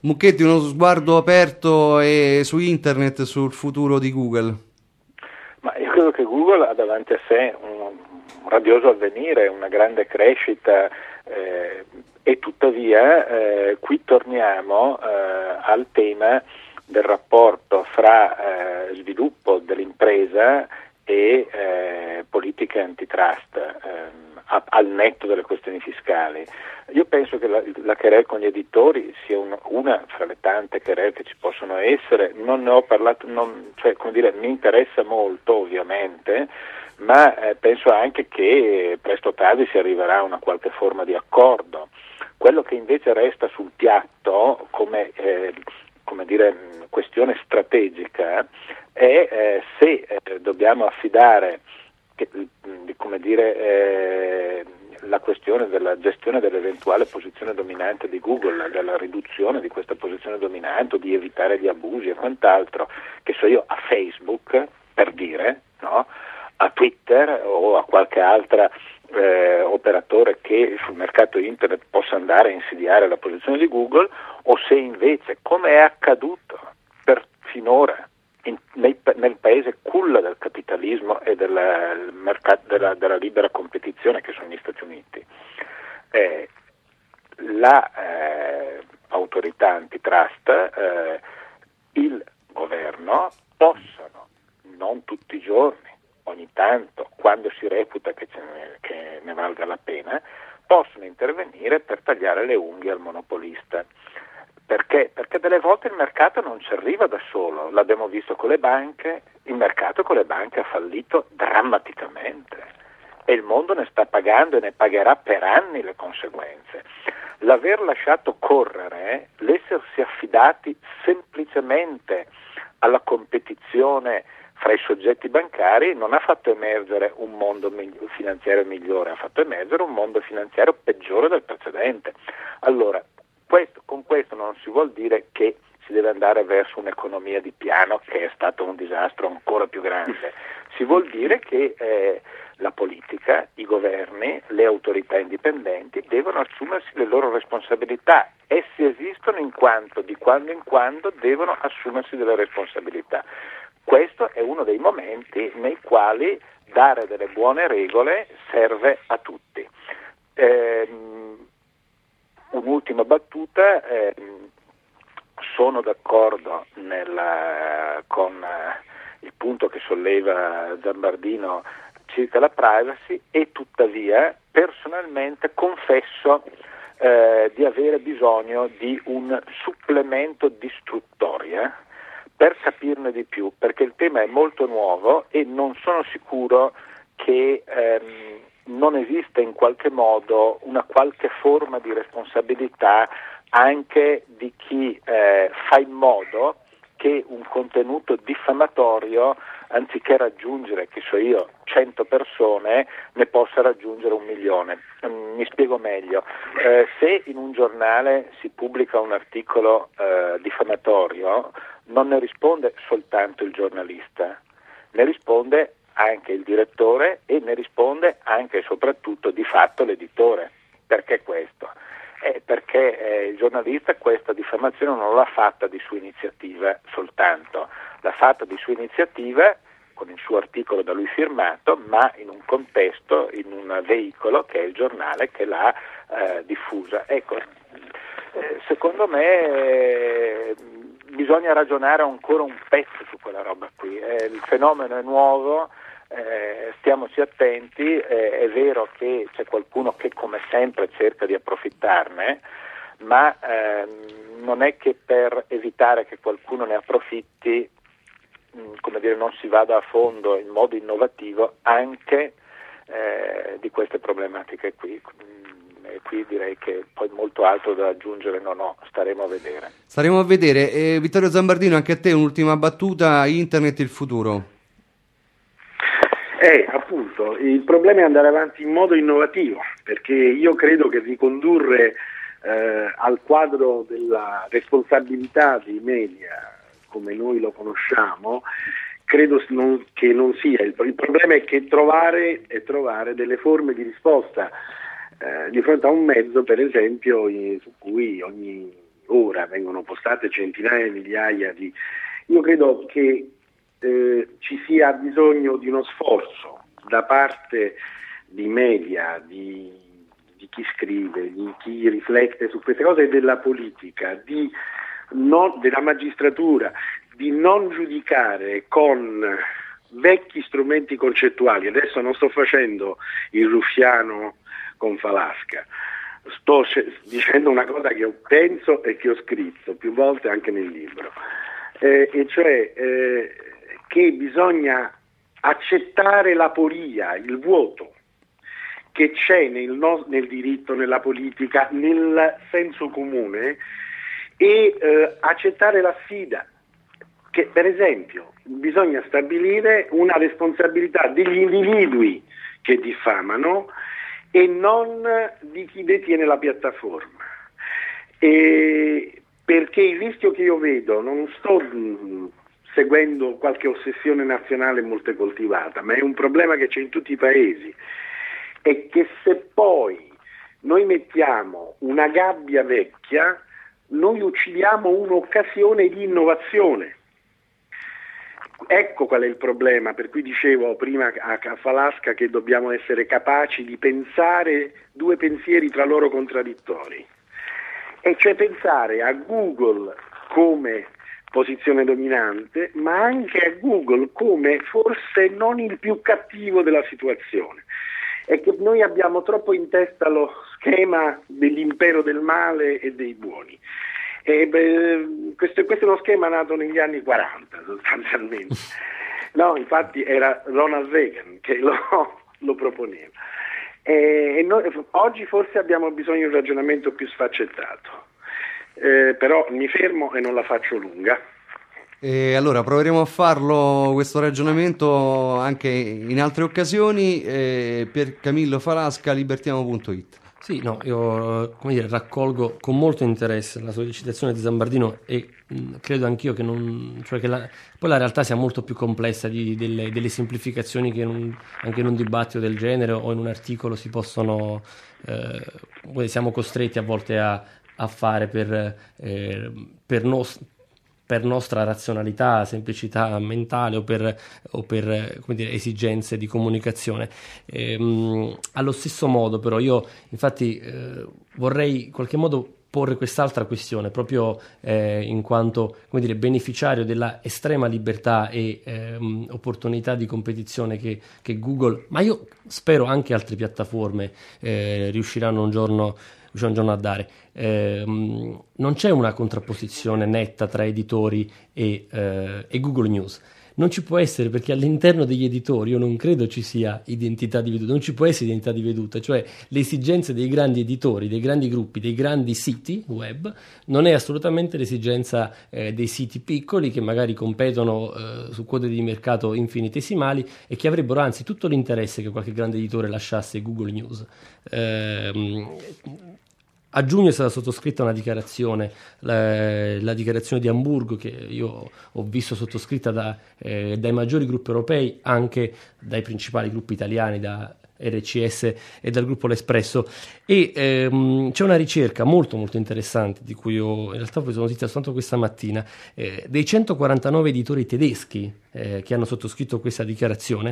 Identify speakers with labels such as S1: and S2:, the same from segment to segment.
S1: Mucchetti, uno sguardo aperto su internet sul futuro di Google.
S2: Ma io credo che Google ha davanti a sé un radioso avvenire, una grande crescita, e tuttavia qui torniamo al tema del rapporto fra sviluppo dell'impresa e politiche antitrust, al netto delle questioni fiscali. Io penso che la querela con gli editori sia una fra le tante querele che ci possono essere. Non ne ho parlato, mi interessa molto ovviamente, ma penso anche che presto o tardi si arriverà a una qualche forma di accordo. Quello che invece resta sul piatto come questione strategica è se dobbiamo affidare la questione della gestione dell'eventuale posizione dominante di Google, della riduzione di questa posizione dominante, di evitare gli abusi e quant'altro, che so io, a Facebook, per dire, no? A Twitter o a qualche altra operatore che sul mercato internet possa andare a insidiare la posizione di Google, o se invece, come è accaduto finora nel paese culla del capitalismo e della libera competizione che sono gli Stati Uniti, l'autorità antitrust, il governo possono, non tutti i giorni, ogni tanto, quando si reputa che ne valga la pena, possono intervenire per tagliare le unghie al monopolista. Perché? Perché delle volte il mercato non ci arriva da solo, l'abbiamo visto con le banche, il mercato con le banche ha fallito drammaticamente e il mondo ne sta pagando e ne pagherà per anni le conseguenze. L'aver lasciato correre, l'essersi affidati semplicemente alla competizione fra i soggetti bancari non ha fatto emergere un mondo finanziario migliore, ha fatto emergere un mondo finanziario peggiore del precedente. Allora, con questo non si vuol dire che si deve andare verso un'economia di piano, che è stato un disastro ancora più grande. Si vuol dire che la politica, i governi, le autorità indipendenti devono assumersi le loro responsabilità. Essi esistono in quanto di quando in quando devono assumersi delle responsabilità. Questo è uno dei momenti nei quali dare delle buone regole serve a tutti. Un'ultima battuta, sono d'accordo con il punto che solleva Zambardino circa la privacy, e tuttavia personalmente confesso di avere bisogno di un supplemento di istruttoria per capirne di più, perché il tema è molto nuovo e non sono sicuro che non esiste in qualche modo una qualche forma di responsabilità anche di chi fa in modo che un contenuto diffamatorio, anziché raggiungere, che so io, 100 persone, ne possa raggiungere 1 milione. Mi spiego meglio. Se in un giornale si pubblica un articolo diffamatorio, non ne risponde soltanto il giornalista, ne risponde anche il direttore e ne risponde anche e soprattutto di fatto l'editore. Perché questo? Perché il giornalista questa diffamazione non l'ha fatta di sua iniziativa soltanto, l'ha fatta di sua iniziativa con il suo articolo da lui firmato, ma in un contesto, in un veicolo che è il giornale che l'ha diffusa. Ecco, secondo me bisogna ragionare ancora un pezzo su quella roba qui. Il fenomeno è nuovo, stiamoci attenti, è vero che c'è qualcuno che come sempre cerca di approfittarne, ma non è che per evitare che qualcuno ne approfitti, non si vada a fondo in modo innovativo anche di queste problematiche qui. E qui direi che poi molto altro da aggiungere non ho, staremo a vedere.
S1: Staremo a vedere. Vittorio Zambardino, anche a te un'ultima battuta: internet il futuro.
S3: Appunto, il problema è andare avanti in modo innovativo, perché io credo che ricondurre al quadro della responsabilità dei media come noi lo conosciamo, credo che non sia. Il problema è che trovare delle forme di risposta di fronte a un mezzo, per esempio, su cui ogni ora vengono postate centinaia di migliaia di... Io credo che ci sia bisogno di uno sforzo da parte di media, di chi scrive, di chi riflette su queste cose e della politica, della magistratura, di non giudicare con vecchi strumenti concettuali. Adesso non sto facendo il ruffiano con Falasca, sto dicendo una cosa che penso e che ho scritto più volte anche nel libro, e cioè che bisogna accettare l'aporia, il vuoto che c'è nel diritto, nella politica, nel senso comune, e accettare la sfida, che per esempio bisogna stabilire una responsabilità degli individui che diffamano e non di chi detiene la piattaforma, perché il rischio che io vedo, non sto seguendo qualche ossessione nazionale molto coltivata, ma è un problema che c'è in tutti i paesi, è che se poi noi mettiamo una gabbia vecchia, noi uccidiamo un'occasione di innovazione. Ecco qual è il problema, per cui dicevo prima a Falasca che dobbiamo essere capaci di pensare due pensieri tra loro contraddittori, e cioè pensare a Google come posizione dominante, ma anche a Google come forse non il più cattivo della situazione. È che noi abbiamo troppo in testa lo schema dell'impero del male e dei buoni. Questo è uno schema nato negli anni 40 sostanzialmente. No, infatti era Ronald Reagan che lo proponeva. Noi, oggi forse abbiamo bisogno di un ragionamento più sfaccettato, però mi fermo e non la faccio lunga.
S1: Allora proveremo a farlo questo ragionamento anche in altre occasioni. Per Camillo Falasca, libertiamo.it.
S4: Sì, no, io raccolgo con molto interesse la sollecitazione di Zambardino e credo anch'io che poi la realtà sia molto più complessa delle semplificazioni che anche in un dibattito del genere o in un articolo si possono siamo costretti a volte a fare per nostra razionalità, semplicità mentale o per esigenze di comunicazione. Allo stesso modo però io infatti vorrei in qualche modo porre quest'altra questione proprio in quanto beneficiario della estrema libertà e opportunità di competizione che Google, ma io spero anche altre piattaforme riusciranno un giorno a dare. Non c'è una contrapposizione netta tra editori e Google News. Non ci può essere, perché all'interno degli editori io non credo ci sia identità di veduta, non ci può essere identità di veduta, cioè le esigenze dei grandi editori, dei grandi gruppi, dei grandi siti web non è assolutamente l'esigenza dei siti piccoli che magari competono su quote di mercato infinitesimali e che avrebbero anzi tutto l'interesse che qualche grande editore lasciasse Google News. A giugno è stata sottoscritta una dichiarazione, la dichiarazione di Amburgo, che io ho visto sottoscritta dai maggiori gruppi europei, anche dai principali gruppi italiani, da RCS e dal gruppo L'Espresso, e c'è una ricerca molto molto interessante di cui io in realtà ho preso notizia soltanto questa mattina, dei 149 editori tedeschi che hanno sottoscritto questa dichiarazione,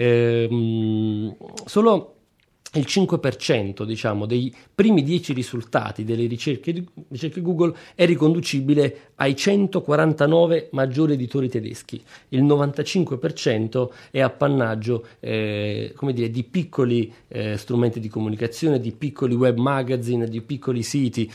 S4: solo il 5% dei primi 10 risultati delle ricerche Google è riconducibile ai 149 maggiori editori tedeschi. Il 95% è appannaggio di piccoli strumenti di comunicazione, di piccoli web magazine, di piccoli siti.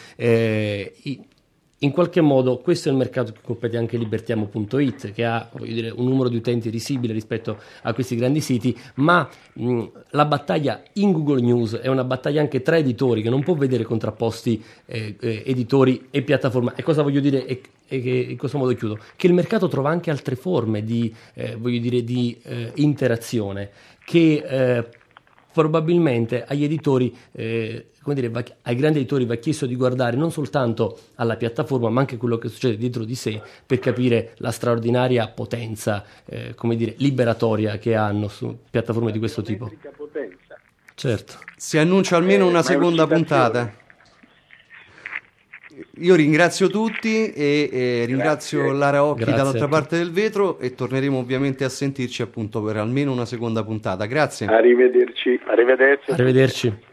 S4: In qualche modo questo è il mercato che compete anche libertiamo.it, che ha un numero di utenti risibile rispetto a questi grandi siti, ma la battaglia in Google News è una battaglia anche tra editori, che non può vedere contrapposti editori e piattaforma. E cosa voglio dire? E che in questo modo chiudo, che il mercato trova anche altre forme di interazione che probabilmente agli editori, ai grandi editori va chiesto di guardare non soltanto alla piattaforma, ma anche quello che succede dietro di sé, per capire la straordinaria potenza, liberatoria che hanno su piattaforme di questo tipo.
S3: Potenza.
S4: Certo.
S1: Si annuncia almeno una seconda puntata. Io ringrazio tutti e ringrazio Lara Occhi
S4: Grazie
S1: dall'altra
S4: a te.
S1: parte del vetro, e torneremo ovviamente a sentirci appunto per almeno una seconda puntata. Grazie.
S3: Arrivederci.
S2: Arrivederci.
S4: Arrivederci.